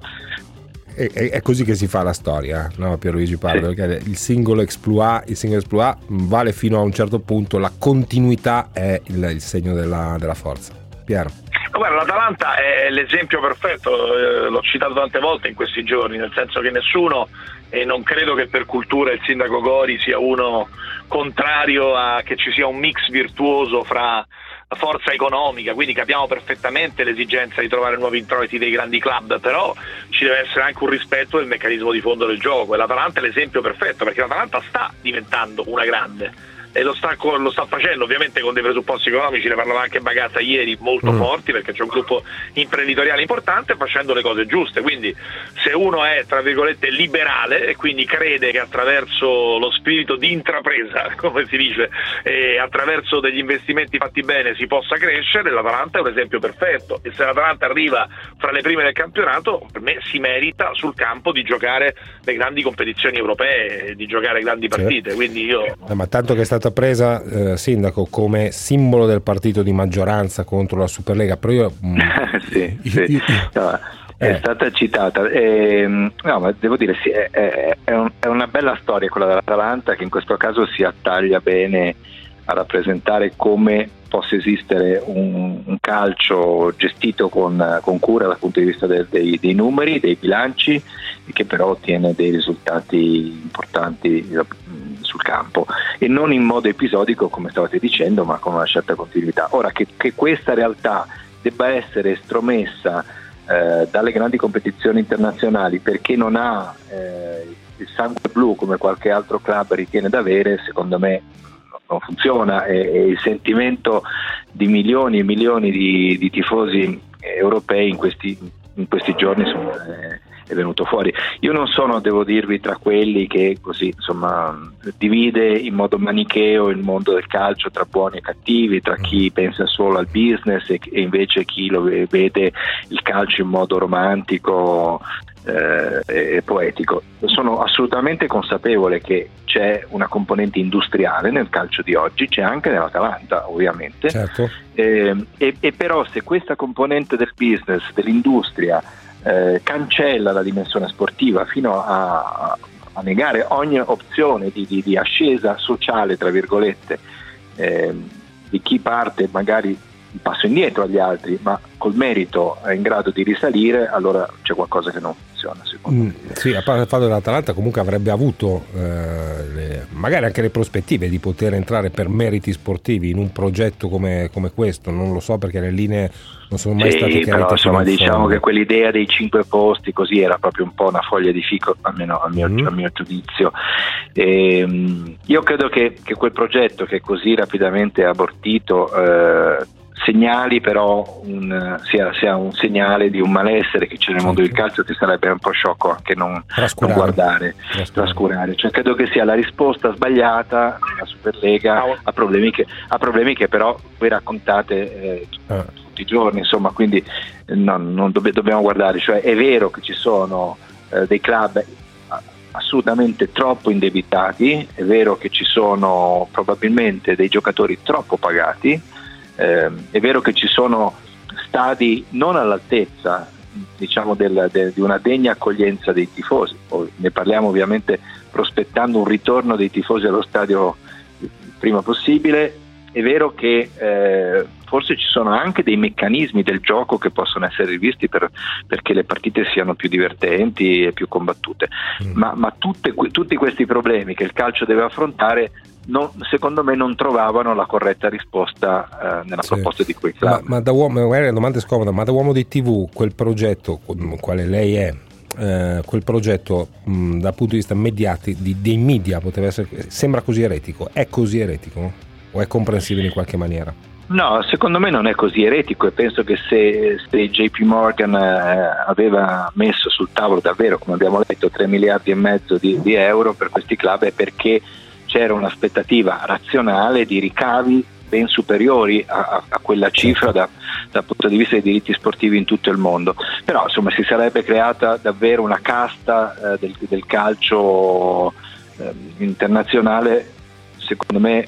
È, è, è così che si fa la storia, no, Pierluigi Pardo? Sì. Perché il singolo exploit, il singolo exploit vale fino a un certo punto, la continuità è il, il segno della, della forza. Piero? Guarda, l'Atalanta è l'esempio perfetto, eh, l'ho citato tante volte in questi giorni, nel senso che nessuno, e non credo che per cultura il sindaco Gori sia uno contrario a che ci sia un mix virtuoso fra forza economica, quindi capiamo perfettamente l'esigenza di trovare nuovi introiti dei grandi club, però ci deve essere anche un rispetto del meccanismo di fondo del gioco, e l'Atalanta è l'esempio perfetto, perché l'Atalanta sta diventando una grande e lo sta, lo sta facendo ovviamente con dei presupposti economici, ne parlava anche Bagazza ieri, molto mm. forti, perché c'è un gruppo imprenditoriale importante, facendo le cose giuste. Quindi se uno è tra virgolette liberale e quindi crede che attraverso lo spirito di intrapresa, come si dice, e attraverso degli investimenti fatti bene si possa crescere, l'Atalanta è un esempio perfetto, e se l'Atalanta arriva fra le prime del campionato, per me si merita sul campo di giocare le grandi competizioni europee, di giocare grandi partite. Sì. Quindi io eh, ma tanto che è stata presa, eh, sindaco, come simbolo del partito di maggioranza contro la Superlega, però io, sì, io, sì. Io, no, è eh. stata citata, eh, no, ma devo dire sì, è, è, è, un, è una bella storia quella dell'Atalanta, che in questo caso si attaglia bene a rappresentare come possa esistere un, un calcio gestito con, con cura dal punto di vista del, dei, dei numeri, dei bilanci, e che però ottiene dei risultati importanti sul campo, e non in modo episodico come stavate dicendo, ma con una certa continuità. Ora, che, che questa realtà debba essere estromessa eh, dalle grandi competizioni internazionali perché non ha eh, il sangue blu come qualche altro club ritiene d'avere, secondo me non funziona, e, e il sentimento di milioni e milioni di, di tifosi europei in questi, in questi giorni sono, eh, è venuto fuori. Io non sono, devo dirvi, tra quelli che così insomma divide in modo manicheo il mondo del calcio tra buoni e cattivi, tra chi pensa solo al business e, e invece chi lo vede il calcio in modo romantico eh, e poetico. Sono assolutamente consapevole che c'è una componente industriale nel calcio di oggi, c'è anche nell'Atalanta ovviamente, certo. eh, e, e però se questa componente del business, dell'industria eh, cancella la dimensione sportiva fino a, a negare ogni opzione di, di, di ascesa sociale, tra virgolette, eh, di chi parte magari un passo indietro agli altri, ma col merito è in grado di risalire, allora c'è qualcosa che non funziona, secondo mm, me. Sì, a parte il fatto dell'Atalanta comunque avrebbe avuto eh, le, magari anche le prospettive di poter entrare per meriti sportivi in un progetto come, come questo, non lo so perché le linee non sono mai sì, state chiarite. Però insomma diciamo che quell'idea dei cinque posti così era proprio un po' una foglia di fico, almeno al mio, mm. al mio giudizio. E, io credo che, che quel progetto che così rapidamente è abortito eh, segnali però un, sia, sia un segnale di un malessere che c'è nel mondo del calcio, che sarebbe un po' sciocco anche non, non guardare, trascurare. Cioè credo che sia la risposta sbagliata della Superlega a problemi che, a problemi che però voi raccontate eh, ah. tutti i giorni, insomma, quindi eh, no, non dobb- dobbiamo guardare, cioè è vero che ci sono eh, dei club assolutamente troppo indebitati, è vero che ci sono probabilmente dei giocatori troppo pagati, Eh, è vero che ci sono stadi non all'altezza, diciamo, del, del, di una degna accoglienza dei tifosi. Poi ne parliamo ovviamente prospettando un ritorno dei tifosi allo stadio il prima possibile. È vero che eh, forse ci sono anche dei meccanismi del gioco che possono essere rivisti per, perché le partite siano più divertenti e più combattute, mm. ma, ma tutte, tutti questi problemi che il calcio deve affrontare non, secondo me non trovavano la corretta risposta eh, nella sì. proposta di quei club. Ma, ma da uomo, magari la domanda è scomoda, ma da uomo di tivù quel progetto, quale lei è, eh, quel progetto mh, dal punto di vista mediati, di, dei media poteva essere, sembra così eretico, è così eretico? O è comprensibile in qualche maniera? No, secondo me non è così eretico, e penso che se, se J P Morgan eh, aveva messo sul tavolo davvero, come abbiamo letto, tre miliardi e mezzo di, di euro per questi club, è perché c'era un'aspettativa razionale di ricavi ben superiori a, a quella cifra da, dal punto di vista dei diritti sportivi in tutto il mondo. Però insomma si sarebbe creata davvero una casta eh, del, del calcio eh, internazionale, secondo me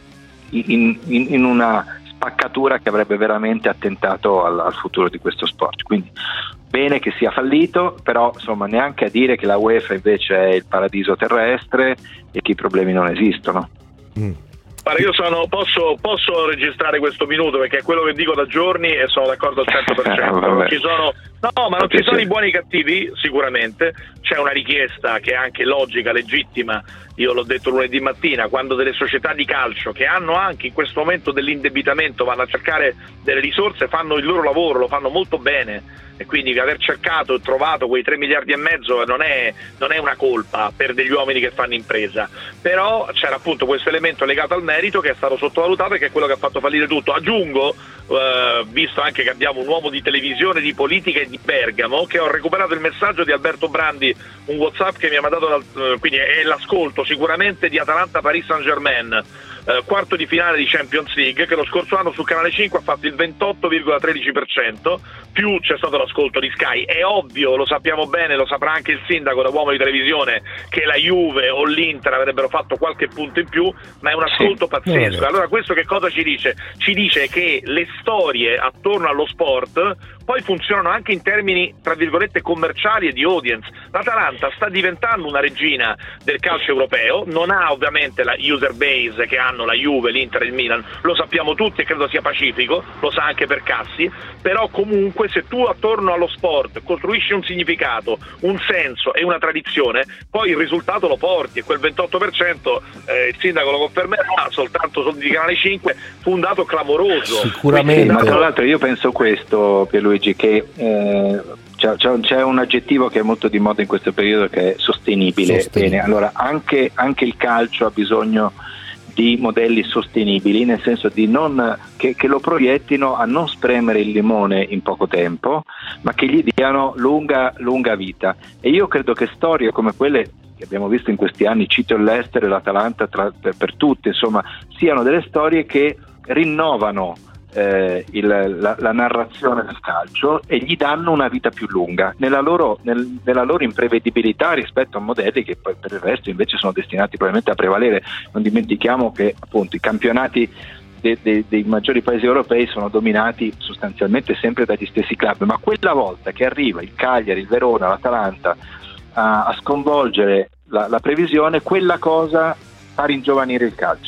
In, in, in una spaccatura che avrebbe veramente attentato al, al futuro di questo sport. Quindi bene che sia fallito, però insomma neanche a dire che la UEFA invece è il paradiso terrestre e che i problemi non esistono. Mm. Guarda, io sono, posso, posso registrare questo minuto perché è quello che dico da giorni e sono d'accordo al cento per cento. Non ci sono, no, ma non ci sono i buoni e i cattivi, sicuramente. C'è una richiesta che è anche logica, legittima. Io l'ho detto lunedì mattina, quando delle società di calcio che hanno anche in questo momento dell'indebitamento vanno a cercare delle risorse, fanno il loro lavoro, lo fanno molto bene, e quindi aver cercato e trovato quei tre miliardi e mezzo non è, non è una colpa per degli uomini che fanno impresa, però c'era appunto questo elemento legato al merito che è stato sottovalutato e che è quello che ha fatto fallire tutto. Aggiungo, eh, visto anche che abbiamo un uomo di televisione, di politica e di Bergamo, che ho recuperato il messaggio di Alberto Brandi, un WhatsApp che mi ha mandato, dal, eh, quindi è l'ascolto sicuramente di Atalanta Paris Saint-Germain, eh, quarto di finale di Champions League, che lo scorso anno su Canale cinque ha fatto il ventotto virgola tredici per cento, più c'è stato l'ascolto di Sky. È ovvio, lo sappiamo bene, lo saprà anche il sindaco da uomo di televisione, che la Juve o l'Inter avrebbero fatto qualche punto in più, ma è un ascolto sì, pazzesco. Allora questo che cosa ci dice? Ci dice che le storie attorno allo sport poi funzionano anche in termini tra virgolette commerciali e di audience. L'Atalanta sta diventando una regina del calcio europeo, non ha ovviamente la user base che hanno la Juve, l'Inter e il Milan, lo sappiamo tutti e credo sia pacifico, lo sa anche per Cassi, però comunque se tu attorno allo sport costruisci un significato, un senso e una tradizione, poi il risultato lo porti, e quel ventotto per cento, eh, il sindaco lo confermerà, soltanto soldi di Canale cinque, fu un dato clamoroso. Sicuramente. Quindi, ma tra l'altro io penso questo, Pierluigi, che eh, c'è, c'è un aggettivo che è molto di moda in questo periodo, che è sostenibile. sostenibile. Bene, allora anche, anche il calcio ha bisogno di modelli sostenibili, nel senso di non che, che lo proiettino a non spremere il limone in poco tempo, ma che gli diano lunga, lunga vita. E io credo che storie come quelle che abbiamo visto in questi anni, cito l'Ester e l'Atalanta tra, per, per tutte, insomma, siano delle storie che rinnovano eh, il, la, la narrazione del calcio e gli danno una vita più lunga nella loro, nel, nella loro imprevedibilità rispetto a modelli che poi per il resto invece sono destinati probabilmente a prevalere. Non dimentichiamo che appunto i campionati dei, dei, dei maggiori paesi europei sono dominati sostanzialmente sempre dagli stessi club, ma quella volta che arriva il Cagliari, il Verona, l'Atalanta a, a sconvolgere la, la previsione, quella cosa fa ringiovanire il calcio.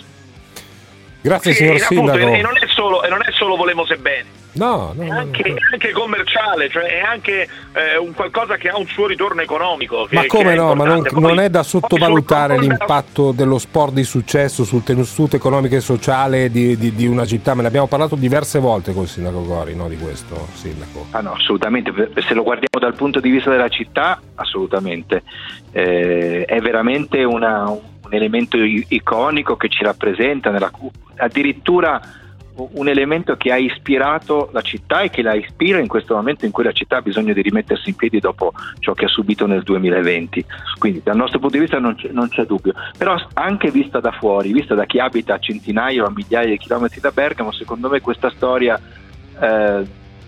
Grazie sì, signor appunto, Sindaco. E non è solo, e non è solo volemo se bene. No, no, è no, anche, no. anche commerciale, cioè è anche eh, un qualcosa che ha un suo ritorno economico. Che, ma come che no? Ma non, poi, non è da sottovalutare poi l'impatto dello sport di successo sul tessuto economico e sociale di, di, di una città. Me ne abbiamo parlato diverse volte col sindaco Gori, no, di questo, sindaco. Ah no, assolutamente. Se lo guardiamo dal punto di vista della città, assolutamente. Eh, è veramente una, un elemento iconico che ci rappresenta, nella, addirittura un elemento che ha ispirato la città e che la ispira in questo momento in cui la città ha bisogno di rimettersi in piedi dopo ciò che ha subito nel duemilaventi. Quindi dal nostro punto di vista non c'è, non c'è dubbio, però anche vista da fuori, vista da chi abita a centinaia o a migliaia di chilometri da Bergamo, secondo me questa storia eh,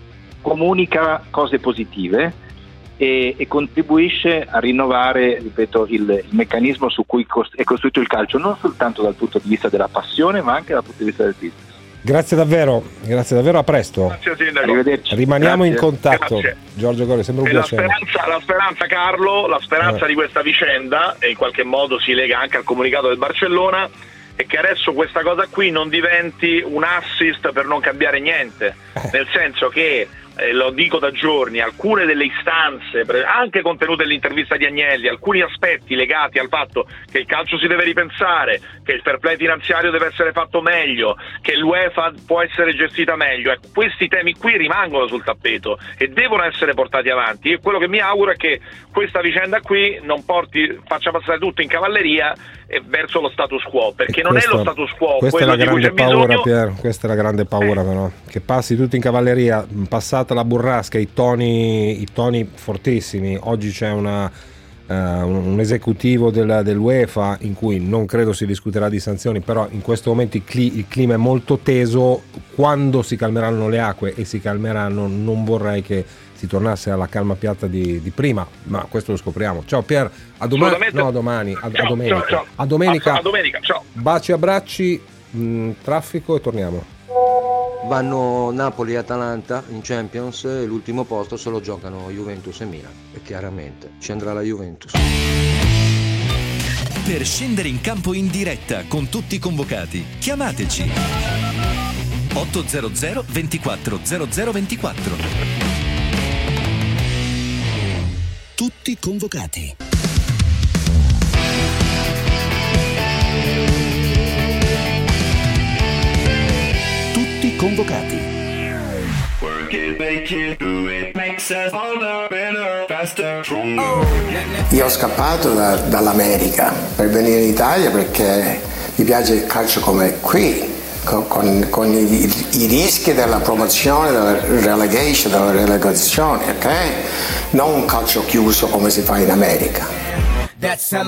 comunica cose positive e, e contribuisce a rinnovare, ripeto, il, il meccanismo su cui cost- è costruito il calcio, non soltanto dal punto di vista della passione ma anche dal punto di vista del business. Grazie davvero, grazie davvero, a presto. Grazie Sindaco. Arrivederci. Rimaniamo Grazie. in contatto. Grazie. Giorgio Gori, sembra un E la piacere. speranza, la speranza, Carlo, la speranza Eh. di questa vicenda, e in qualche modo si lega anche al comunicato del Barcellona, è che adesso questa cosa qui non diventi un assist per non cambiare niente, nel senso che, eh, lo dico da giorni, alcune delle istanze, pre- anche contenute nell'intervista di Agnelli, alcuni aspetti legati al fatto che il calcio si deve ripensare, che il fair play finanziario deve essere fatto meglio, che l'UEFA può essere gestita meglio, ecco, questi temi qui rimangono sul tappeto e devono essere portati avanti, e quello che mi auguro è che questa vicenda qui non porti, faccia passare tutto in cavalleria e verso lo status quo, perché non Questa- è lo status quo Questa è quello la di cui grande c'è paura, bisogno. Pier, questa è la grande paura, però, che passi tutto in cavalleria, passata la burrasca, i toni, i toni fortissimi. Oggi c'è una, eh, un, un esecutivo della, dell'UEFA in cui non credo si discuterà di sanzioni, però in questo momento il, cli, il clima è molto teso. Quando si calmeranno le acque, e si calmeranno, non vorrei che si tornasse alla calma piatta di, di prima, ma questo lo scopriamo. Ciao Pier, a domani. Assolutamente. No, a domani, a, a Ciao, domenica. ciao, ciao. A domenica. A, a domenica, ciao. Baci, abbracci, mh, traffico e torniamo. Vanno Napoli e Atalanta in Champions e l'ultimo posto se lo giocano Juventus e Milan, e chiaramente ci andrà la Juventus. Per scendere in campo in diretta con tutti i convocati, chiamateci ottocento ventiquattro zero zero ventiquattro. Tutti convocati. Tutti convocati. Io ho scappato da- dall'America per venire in Italia perché mi piace il calcio come qui, con, con- con i, i rischi della promozione, della relegation, della relegazione, ok? Non un calcio chiuso come si fa in America. Questo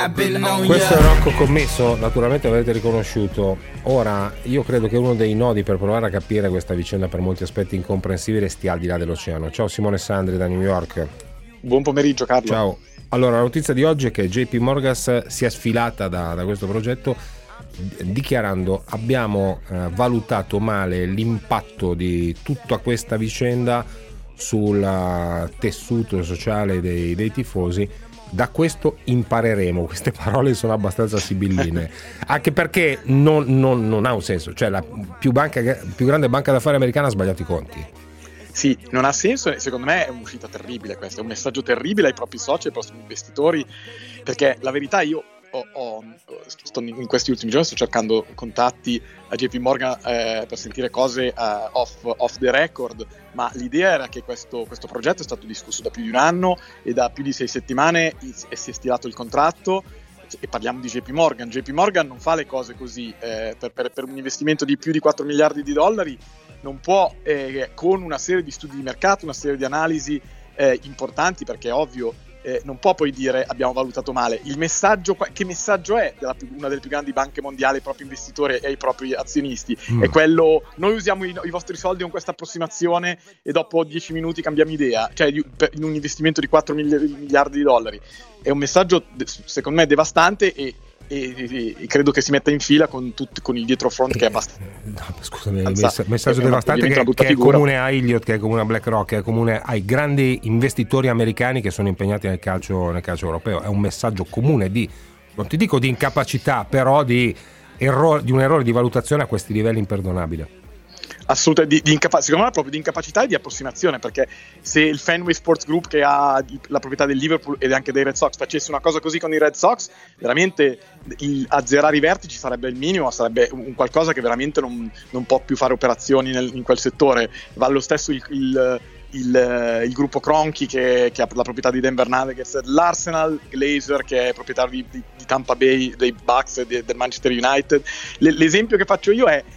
è Rocco Commesso, naturalmente avete riconosciuto. Ora, io credo che uno dei nodi per provare a capire questa vicenda per molti aspetti incomprensibili stia al di là dell'oceano. Ciao Simone Sandri da New York. Buon pomeriggio Carlo. Ciao. Allora, la notizia di oggi è che J P Morgan si è sfilata da, da questo progetto dichiarando: abbiamo eh, valutato male l'impatto di tutta questa vicenda sul uh, tessuto sociale dei, dei tifosi. Da questo impareremo. Queste parole sono abbastanza sibilline, anche perché non, non, non ha un senso. Cioè, la più, banca, più grande banca d'affari americana ha sbagliato i conti. Sì, non ha senso, e secondo me è un'uscita terribile questa, è un messaggio terribile ai propri soci, ai propri investitori, perché la verità, io ho, ho, sto in questi ultimi giorni sto cercando contatti a J P Morgan eh, per sentire cose eh, off, off the record, ma l'idea era che questo, questo progetto è stato discusso da più di un anno e da più di sei settimane e si è stilato il contratto. E parliamo di J P Morgan. J P Morgan non fa le cose così, eh, per, per, per un investimento di più di quattro miliardi di dollari non può, eh, con una serie di studi di mercato, una serie di analisi eh, importanti, perché è ovvio, eh, non può poi dire abbiamo valutato male. Il messaggio, che messaggio è della più, una delle più grandi banche mondiali ai propri investitori e ai propri azionisti? Mm. È quello: noi usiamo i, i vostri soldi con questa approssimazione e dopo dieci minuti cambiamo idea, cioè in un investimento di quattro miliardi di dollari. È un messaggio secondo me devastante, e E, e, e credo che si metta in fila con, tutti, con il dietrofront che è abbastanza. No, scusami, il mess- messaggio devastante che, che è comune a Elliott, che è comune a BlackRock, che è comune ai grandi investitori americani che sono impegnati nel calcio, nel calcio europeo. È un messaggio comune di, non ti dico di incapacità, però di, errore, di un errore di valutazione a questi livelli imperdonabile. Assolutamente, di, di incapac- secondo me proprio di incapacità e di approssimazione, perché se il Fenway Sports Group, che ha la proprietà del Liverpool ed anche dei Red Sox, facesse una cosa così con i Red Sox, veramente il, azzerare i vertici sarebbe il minimo, sarebbe un qualcosa che veramente non, non può più fare operazioni nel, in quel settore. Va lo stesso il, il, il, il gruppo Kroenke, che, che ha la proprietà di Denver Nuggets, l'Arsenal, Glazer, che è proprietario di, di, di Tampa Bay, dei Bucks e del Manchester United. L- l'esempio che faccio io è: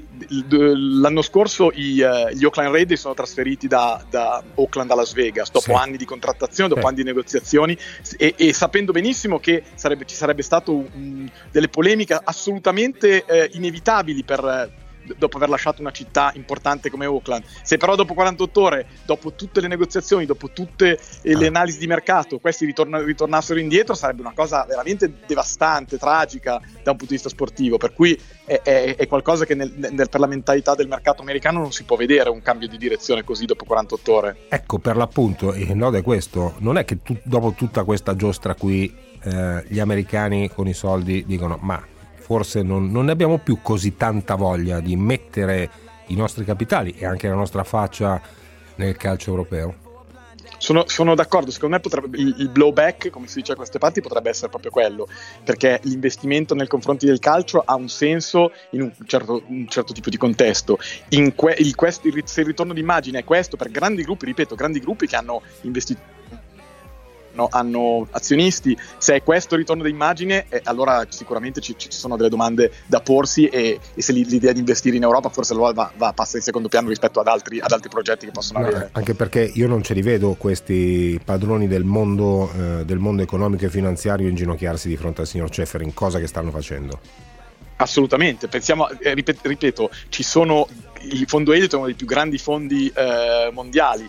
l'anno scorso i, uh, gli Oakland Raiders sono trasferiti da, da Oakland a Las Vegas dopo sì. anni di contrattazione, dopo sì. anni di negoziazioni, e, e sapendo benissimo che sarebbe, ci sarebbe stato un, delle polemiche assolutamente eh, inevitabili per, dopo aver lasciato una città importante come Auckland. Se però dopo quarantotto ore, dopo tutte le negoziazioni, dopo tutte le analisi di mercato, questi ritorna, ritornassero indietro, sarebbe una cosa veramente devastante, tragica da un punto di vista sportivo, per cui è, è, è qualcosa che nel, nel, per la mentalità del mercato americano non si può vedere un cambio di direzione così dopo quarantotto ore. Ecco, per l'appunto, il nodo è questo: non è che tu, dopo tutta questa giostra qui eh, gli americani con i soldi dicono ma forse non, non ne abbiamo più così tanta voglia di mettere i nostri capitali e anche la nostra faccia nel calcio europeo? Sono, sono d'accordo, secondo me potrebbe, il, il blowback, come si dice a queste parti, potrebbe essere proprio quello, perché l'investimento nei confronti del calcio ha un senso in un certo, un certo tipo di contesto. In que, il, questo, il, se il ritorno d'immagine è questo per grandi gruppi, ripeto, grandi gruppi che hanno investito, no, hanno azionisti, se è questo il ritorno d'immagine, eh, allora sicuramente ci, ci sono delle domande da porsi e, e se l'idea di investire in Europa forse allora va, va passa in secondo piano rispetto ad altri, ad altri progetti che possono no, avere. Anche perché io non ce li vedo questi padroni del mondo, eh, del mondo economico e finanziario inginocchiarsi di fronte al signor Ceferin, cosa che stanno facendo. Assolutamente, pensiamo, eh, ripet- ripeto, ci sono, il fondo Elliott è uno dei più grandi fondi eh, mondiali.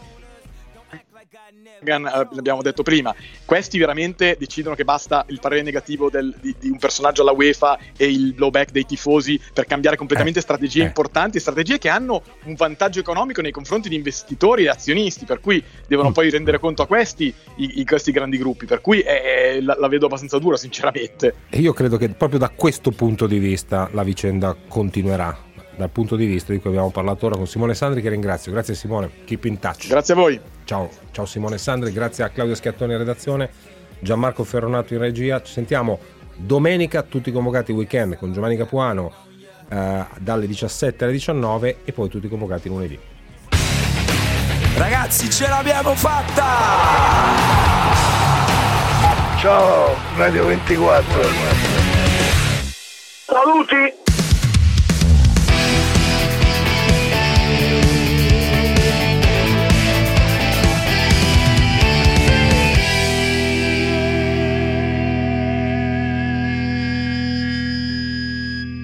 L'abbiamo detto prima, questi veramente decidono che basta il parere negativo del, di, di un personaggio alla UEFA e il blowback dei tifosi per cambiare completamente eh, strategie eh. importanti, strategie che hanno un vantaggio economico nei confronti di investitori e azionisti, per cui devono mm. poi rendere conto a questi i, i, questi grandi gruppi, per cui eh, la, la vedo abbastanza dura sinceramente. E io credo che proprio da questo punto di vista la vicenda continuerà, dal punto di vista di cui abbiamo parlato ora con Simone Sandri, che ringrazio. Grazie Simone, keep in touch. Grazie a voi. Ciao, ciao Simone Sandri, grazie a Claudio Schiattoni in redazione, Gianmarco Ferronato in regia. Ci sentiamo domenica, tutti convocati weekend con Giovanni Capuano eh, dalle diciassette alle diciannove e poi tutti convocati lunedì. Ragazzi, ce l'abbiamo fatta! Ciao Radio ventiquattro. Saluti!